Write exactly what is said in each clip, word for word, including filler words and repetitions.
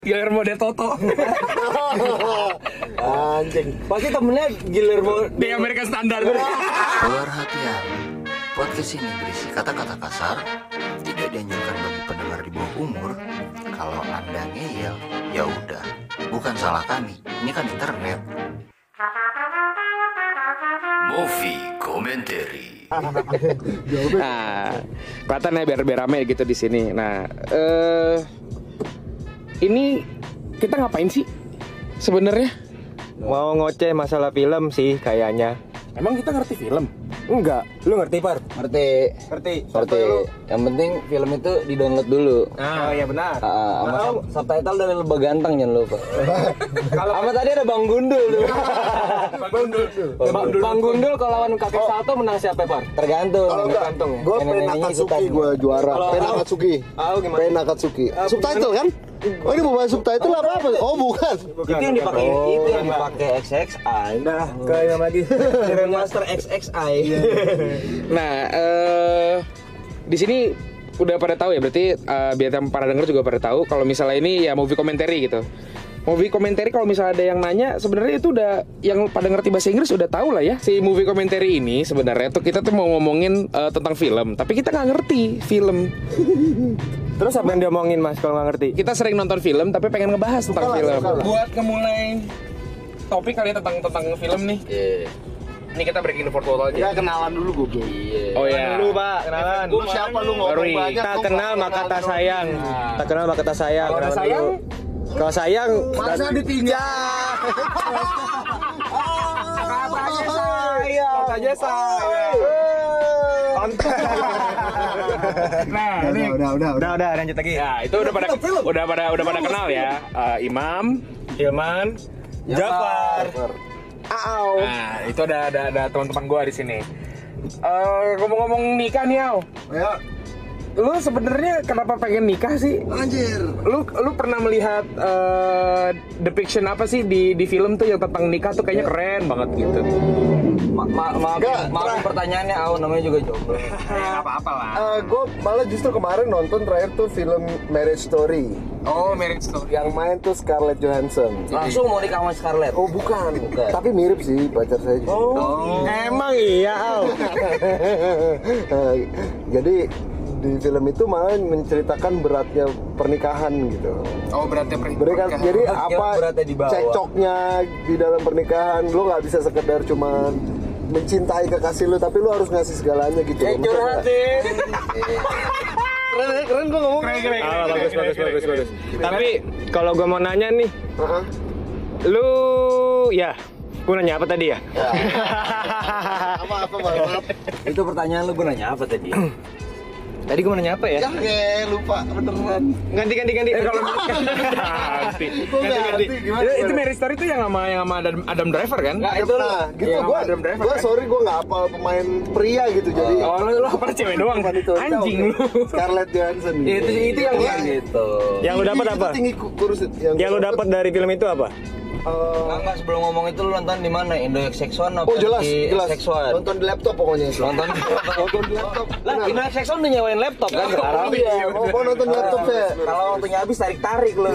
Guillermo del Toto. Anjing. Pasti temennya Guillermo di Amerika Standar. Perhatian, podcast ini berisi kata-kata kasar, tidak dianjurkan bagi pendengar di bawah umur. Kalau Anda ngeyel, ya udah, bukan salah kami. Ini kan internet. Movie Commentary. Nah, kelihatan ya biar biar rame gitu di sini. Nah, eh ini kita ngapain sih sebenarnya? mau ngoceh masalah film sih kayaknya. Emang kita ngerti film? Enggak, lu ngerti Par? Ngerti, Ngerti. ngerti. Yang penting film itu di download dulu. Ah, oh, iya benar. Ah, sama Nah, sub- subtitle dari Lebah Ganteng jangan lupa. Kalau Sama tadi ada Bang Gundul. Bang Gundul. Bang, Bang Gundul kalau lawan kakek Salto menang siapa Par? Tergantung. Kalau enggak, Gantung ya? gue Nenek-neneknya Pen Akatsuki ikutan. gue juara. Kalau- Pen Akatsuki. Oh, gimana? Pen Akatsuki. Ah, Subtitle kan? Oh ini mau bahas subtitle apa apa? Oh bukan. Bukan, Itu yang dipakai bukan. itu yang Bukan, Bang. dipakai X X I. Nah, ke yang lagi. Grandmaster X X I. Nah, eh di sini udah pada tahu ya, berarti eh, biar yang para denger juga pada tahu kalau misalnya ini ya movie commentary gitu. Movie commentary kalau misalnya ada yang nanya, sebenarnya itu udah yang pada ngerti bahasa Inggris udah tahu lah ya. Si movie commentary ini sebenarnya tuh kita tuh mau ngomongin eh, tentang film, tapi kita nggak ngerti film. Terus apa yang diomongin Mas kalau nggak ngerti? Kita sering nonton film tapi pengen ngebahas tentang Suka lah, film. suka lah. Buat ngemulai topik kali ya tentang tentang film nih. Iya. Ini kita breaking the fourth wall aja. Ya kenalan dulu gue. Iya. Oh ya. Dulu Pak, kenalan. Lu siapa lu ngomong Baru banyak? Tak lu kenal nggak maka tak kenal sayang. Nah. Tak kenal maka tak sayang. Kalau ada Kenalan sayang, dulu. Kalau sayang Masa ditinggal? katanya saya. Katanya saya. Nah, Udah, ini udah, udah, udah. Udah, udah, lanjut lagi. ya itu udah pada udah pada udah pada kenal ya. Eh, Imam, Hilman, Jafar. Au. Nah, itu ada ada ada teman-teman gua di sini. Eh, ngomong-ngomong nikah nih, Au. Ya, Lu sebenarnya kenapa pengen nikah sih? anjir. Lu lu pernah melihat eh, depiction apa sih di di film tuh yang tentang nikah tuh kayaknya keren banget gitu. Ma ma maaf, Enggak, maaf terakhir. pertanyaannya, Au namanya juga jomblo. Ya apa-apa lah. gue malah justru kemarin nonton terakhir tuh film Marriage Story. Oh, marriage story. Yang main tuh Scarlett Johansson. Langsung mau nikah sama Scarlett. Oh bukan, Bukan. tapi mirip sih pacar saya. Oh, emang iya, Al. Eh, Jadi di film itu malah menceritakan beratnya pernikahan gitu. Oh, berarti Mereka, jadi Kira apa beratnya di bawah. cekcoknya di dalam pernikahan, lo nggak bisa sekedar cuma mencintai kekasih lo, tapi lo harus ngasih segalanya gitu. Eh loh. Maksudnya- curhat deh. Keren, keren gue ngomong. keren, keren, Ah, bagus, bagus, bagus, bagus. Tapi kalau gua mau nanya nih, Heeh. lu ya, gua nanya apa tadi ya? Apa apa banget? Itu pertanyaan lu, gue nanya apa tadi? Tadi gua mau nanya apa ya? Ya, ya lupa beneran. Ganti, ganti, ganti. Eh, kalau Ganti. ganti. Gue nggak ngerti gimana. Itu, itu marriage story itu yang sama yang sama Adam, Adam Driver kan? Enggak, itu lu. Nah, gitu Yang gue, Adam Driver, gue kan? sorry gue nggak apal pemain pria gitu jadi. Oh, lu lu apa cewek doang? Bukan itu. Anjing lu. Scarlett Johansson. Ya, itu itu yang Iya. gitu. Yang lu dapat Tinggi, apa? itu Tinggi ku- kurus. Yang lu dapat dari film itu apa? eh, Enggak, enggak, sebelum ngomong itu lu nonton di mana? Indo X X one apa Oh jelas, di jelas. X X one? Nonton di laptop pokoknya itu. Nonton Nonton di laptop. Lah, Benar. Indo X X one udah nyewain laptop kan sekarang? Iya, mau, mau nonton di laptop ya. Kalau waktunya habis tarik-tarik lu.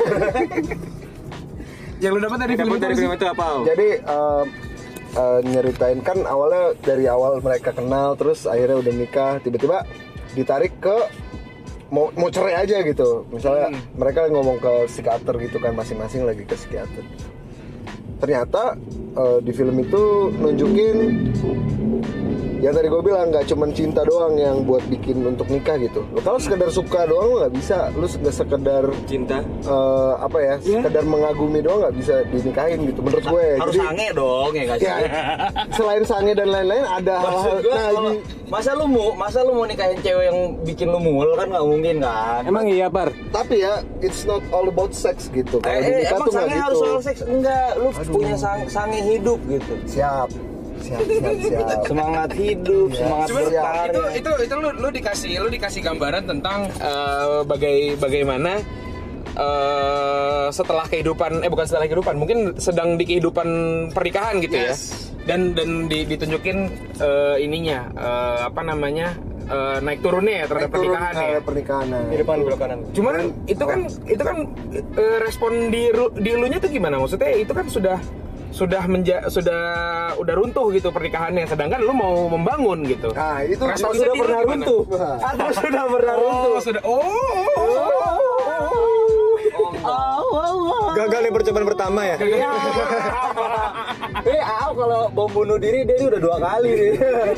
Yang lu dapat dari film Dapat itu dari apa film sih? itu apa? Al? Jadi eh, eh, nyeritain kan awalnya dari awal mereka kenal terus akhirnya udah nikah tiba-tiba ditarik ke mau mau cerai aja gitu. Misalnya mereka ngomong ke psikiater gitu kan masing-masing lagi ke psikiater. Ternyata eh, di film itu nunjukin yang tadi gue bilang nggak cuman cinta doang yang buat bikin untuk nikah gitu. Lo kalau sekedar suka doang lo nggak bisa. Lo nggak sekedar Cinta. eh, apa ya, sekedar mengagumi doang nggak bisa dinikahin gitu menurut gue. Harus Jadi sange dong ya guys. ya, selain sange dan lain-lain ada Maksud hal-hal. gua Nah, kalau ini- masa lu mau masa lu mau nikahin cewek yang bikin lu mungul kan nggak mungkin kan? Emang iya, Par? tapi ya it's not all about sex gitu. Kalau Eh, di eh, nikah emang tuh nggak sange gitu. harus soal seks enggak? Lu punya sang, sange hidup gitu. Siap, siap, siap, siap. Semangat hidup, Iya. semangat Cuma berkarya. itu itu itu lu lu dikasih lu dikasih gambaran tentang eh, bagai bagaimana eh, setelah kehidupan eh bukan setelah kehidupan mungkin sedang di kehidupan pernikahan gitu Yes. ya dan dan di- ditunjukin eh, ininya eh, apa namanya uh, naik turunnya ya terhadap Naik turun pernikahan ya. terhadap pernikahan. nah. Di depan belok kanan. Cuman itu kan itu kan uh, respon di ru- di elunya tuh gimana? Maksudnya itu kan sudah sudah menja sudah udah runtuh gitu pernikahannya, sedangkan lu mau membangun gitu. Nah, itu Respon sudah di lu pernah gimana? runtuh. Aku sudah pernah runtuh. Oh, sudah. Oh. Gagal di percobaan pertama ya. Eh, Aau kalau bom bunuh diri dia ini udah dua kali nih.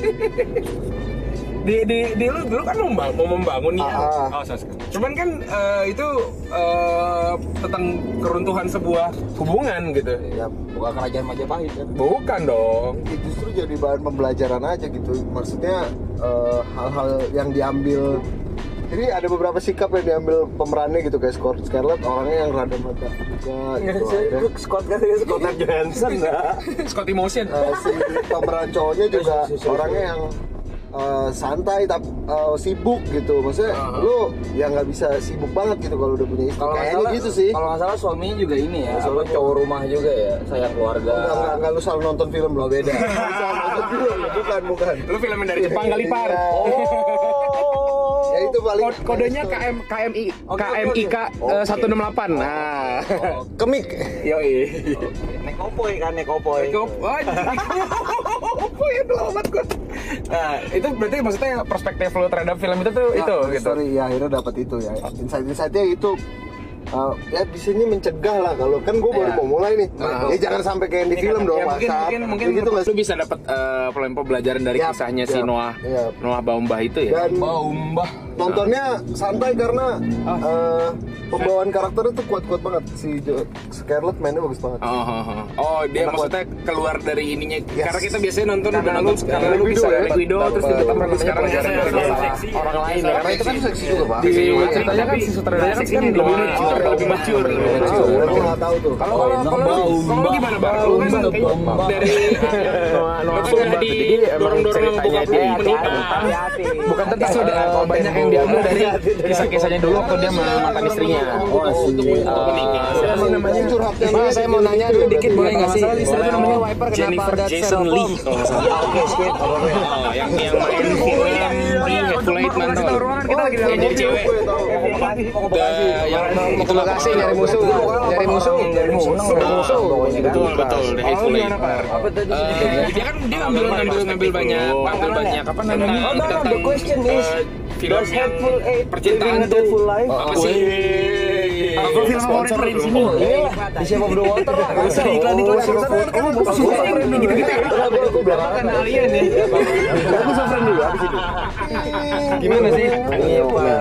Di di di lu dulu kan mau, mau membangun nih. Ah, Oh, sos. Cuman kan eh, itu eh, tentang keruntuhan sebuah hubungan gitu. ya, Bukan kerajaan Majapahit kan. Bukan dong. justru jadi bahan pembelajaran aja gitu. Maksudnya eh, hal-hal yang diambil. Jadi ada beberapa sikap yang diambil pemerannya gitu kayak Scott Scarlett, orangnya yang rada mata juga gitu. Akhirnya, Scott kan dia Scott Johansson dah. Scott Emotion. eh, si pemeran cowoknya juga orangnya yang eh, santai tapi eh, sibuk gitu. Maksudnya lu ya nggak bisa sibuk banget gitu kalau udah punya istri. Kalau nggak Kayaknya salah gitu sih. Kalau nggak salah suaminya juga ini ya, apa cowok rumah juga ya, sayang keluarga. Enggak, enggak, enggak, lu salah nonton film lo beda. Lu salah nonton film, bukan, bukan. Lu film yang dari Jepang kali par. Iya. Ya itu paling Kod- kodenya K M K M I K M I K eh, seratus enam puluh delapan. Nah. Kemik. Yoi. Naik opoy kan, naik opoy. Apa ya lama banget. Nah, itu berarti maksudnya perspektif lu terhadap film itu tuh itu Ya, gitu. sorry, ya akhirnya dapat itu ya. Insight-insightnya itu uh, ya bisanya mencegah lah kalau kan gue baru Ya. mau mulai nih. Nah. Ya jangan sampai kayak di film dong. Ya, mungkin Saat- mungkin mungkin kayak gitu nggak lu sih? bisa dapat eh, pelajaran dari Yap, kisahnya si yap, Noah yap. Noah Baumbach itu ya. Dan Baumbah. nontonnya santai karena uh, pembawaan karakternya tuh kuat-kuat banget. Si Jo- Scarlett mainnya bagus banget. Oh, oh, oh. oh, dia Enak maksudnya keluar dari ininya. Yes. Karena kita biasanya nonton Karena udah nonton lu- sekarang karena lu Black bisa Widow ya. Black Widow terus Dapat- tiba-tiba namanya sekarang namanya gara-gara namanya salah seksi. orang lain ya. Karena itu kan seksi juga pak. Di Iya. ceritanya kan si sutradaranya kan sekarang lebih mature, lebih mature. Oh, lu nggak tahu tuh. Kalau kalau kalau kalau gimana bang? Lu kan kayaknya dari lu kan udah didorong-dorong sama bokap lu menikah. Bukan tentu sudah banyak yang diambil dari kisah-kisahnya dulu waktu dia sama mantan istrinya. Oh, si Untuk menikah. Siapa sih namanya? curhatnya Bang, saya mau nanya dulu dikit boleh nggak sih? Boleh. Istri itu namanya Wiper, kenapa Jennifer ada Jason styrofoam? Lee kalau nggak salah. Oh, yang yang main film yang Hateful Eight mantan. Kita lagi dalam jadi cewek. The- yang Mau ke Bekasi nyari musuh, nyari musuh, nyari musuh, nyari musuh. betul betul The Hateful Eight. Apa tadi? Eh, dia kan dia ngambil ngambil ngambil banyak ngambil banyak apa namanya Oh, no, no, tentang the question is, eh, film does yang Hateful Eight percintaan living a tuh hateful life? apa sih? Aku film favorit lu di sini. Di Shape of the Water lah. Usah iklan-iklan. Kan alien ya. Aku sofren dulu abis itu. Gimana sih? Iya, Pak.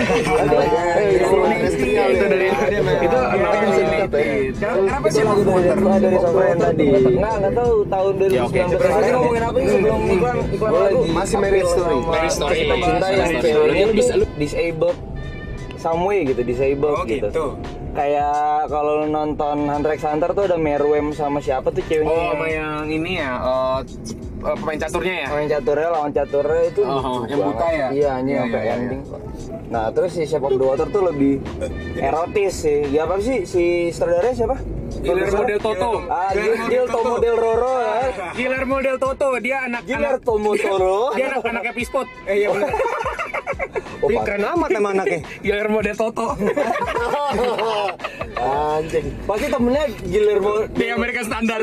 Itu dari itu anaknya sini. Kenapa sih mau muter? Dari Sofren tadi. Enggak, enggak tahu tahun dua ribu sembilan belas. Tadi ngomongin apa sih sebelum iklan iklan lagu? Masih Marriage Story. Marriage Story. Kita cinta yang Marriage Story. ceweknya Lu bisa- tuh disabled some way gitu, disabled Oh, gitu. gitu. Kayak kalau lu nonton Hunter x Hunter tuh ada Merwem sama siapa tuh ceweknya? Oh, sama yang ini ya, eh, eh, pemain caturnya ya. Main caturnya, lawan caturnya itu Oh, lucu yang buta banget. ya? Iya, anjing Iya, sampai iya, iya. ending. Nah, terus si Shape of the Water tuh lebih erotis sih. Ya apa sih si sutradaranya siapa? Guillermo del Toro. Ah, Gil Tomo del Roro ya. Guillermo del Toro, dia anak Gilar Tomo Toro. dia anak anaknya Pispot. Eh iya benar. Ih, keren amat emang anaknya. Guillermo del Toro. Anjing. Pasti temennya Guillermo Di American Standard.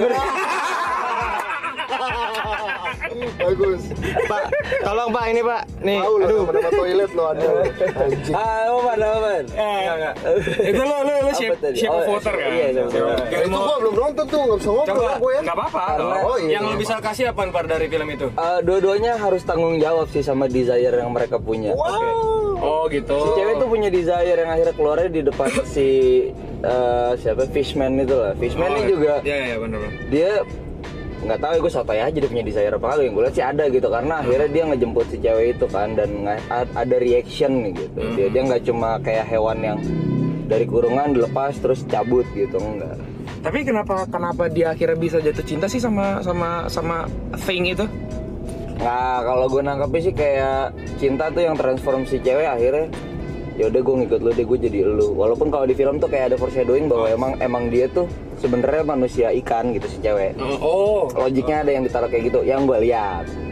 Bagus. Pak, tolong Pak ini Pak. Nih, Tahu lo aduh. nama-nama toilet lo ada. Anjing. Ah, apa mana apa? Itu lo lo lo shape Apa tadi? shape of Oh, water kan. iya, Shape of Water. Ya, itu gua belum nonton tuh, nggak bisa ngobrol Coba, lah gua ya. Enggak apa-apa. Karena- Oh iya. Yang lo bisa kasih apa Par dari film itu? Eh, dua-duanya harus tanggung jawab sih sama desire yang mereka punya. Oh gitu. Si cewek tuh punya desire yang akhirnya keluarnya di depan si eh, siapa Fishman itu lah. Fishman ini juga Iya iya benar benar. dia nggak tahu ya, gue sotoy aja dia punya desire apa kali, yang gue lihat sih ada gitu karena akhirnya dia ngejemput si cewek itu kan dan nga- a- ada reaction nih gitu. Dia dia nggak cuma kayak hewan yang dari kurungan dilepas terus cabut gitu, enggak. Tapi kenapa kenapa dia akhirnya bisa jatuh cinta sih sama sama sama thing itu? Nah, kalau gue nangkepnya sih kayak cinta tuh yang transform si cewek akhirnya ya udah gue ngikut lu deh, gue jadi lu. Walaupun kalau di film tuh kayak ada foreshadowing bahwa emang emang dia tuh sebenarnya manusia ikan gitu si cewek. Oh. Logiknya ada yang ditaruh kayak gitu, yang gue lihat.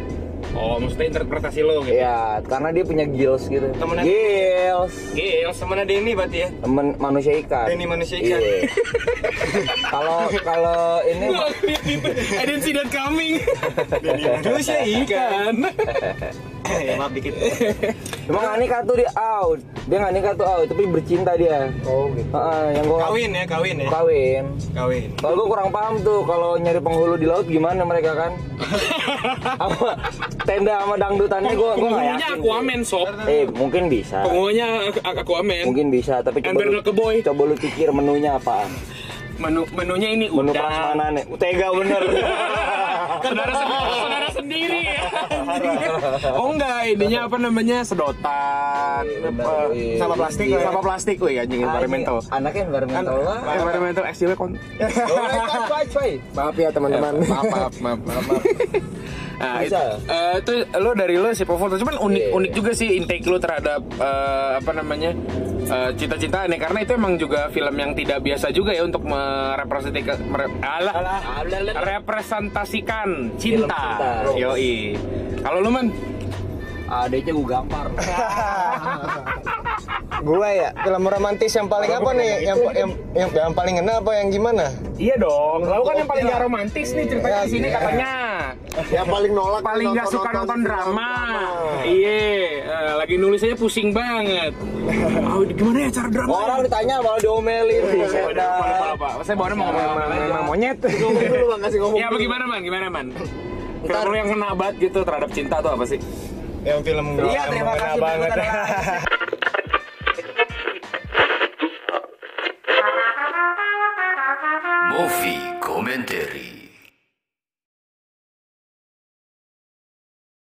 Oh, maksudnya interpretasi lo gitu. Ya, karena dia punya gills gitu. Temennya- Gills. Gil, sama Denny berarti ya. Temen manusia ikan. Denny manusia ikan. Iya. Kalau kalau ini I didn't see that coming. Manusia ikan. Ya maaf dikit. emang nggak nikah tuh dia out. Dia nggak nikah tuh out, tapi bercinta dia. Oh gitu. Heeh, yang gua Kawin ya, kawin ya. kawin. Kawin. Kalau gue kurang paham tuh kalau nyari penghulu di laut gimana mereka kan? Apa tenda sama dangdutannya gue gue nggak Penghulunya yakin. Aquaman, sob. Eh mungkin bisa. Penghulunya Aquaman. Mungkin bisa, tapi coba Ember lu, no keboy. coba lu pikir menunya apaan? Menu menunya ini Menu udang. prasmanan Tega bener. saudara sendiri, saudara sendiri. Oh enggak, ininya apa namanya? Sedotan. Apa? Iya. Sama plastik lah ya. Sama plastik, wih anjing environmental. Anaknya environmental lah. Environmental S J W kon. Maaf ya teman-teman. Maaf, maaf, maaf, maaf. maaf. Nah, itu, Bisa. eh, itu lo dari lo si Povo, cuman unik Iya. unik juga sih intake lo terhadap eh, apa namanya eh, cinta-cintaan ya, karena itu emang juga film yang tidak biasa juga ya untuk merepresentasikan mere, alah, representasikan Film cinta. cinta. Yoi. Kalau lu man? Adanya gue gampar. Gua ya, film romantis yang paling apa nih? Yang yang yang, yang paling ngena apa yang gimana? Iya dong. Lo kan yang paling gak romantis nih ceritanya di sini katanya. Yang paling nolak Paling gak suka nonton drama. Iya, eh, lagi nulis aja pusing banget. Oh, gimana ya cara drama? Orang ditanya malah diomelin. Udah, Pak. Saya bawaannya mau ngomong monyet. Ngomong dulu bang, kasih ngomong. Ya, bagaimana man? Gimana man? Film lu yang kena banget gitu terhadap cinta tuh apa sih? Yang film Iya, terima kasih banget.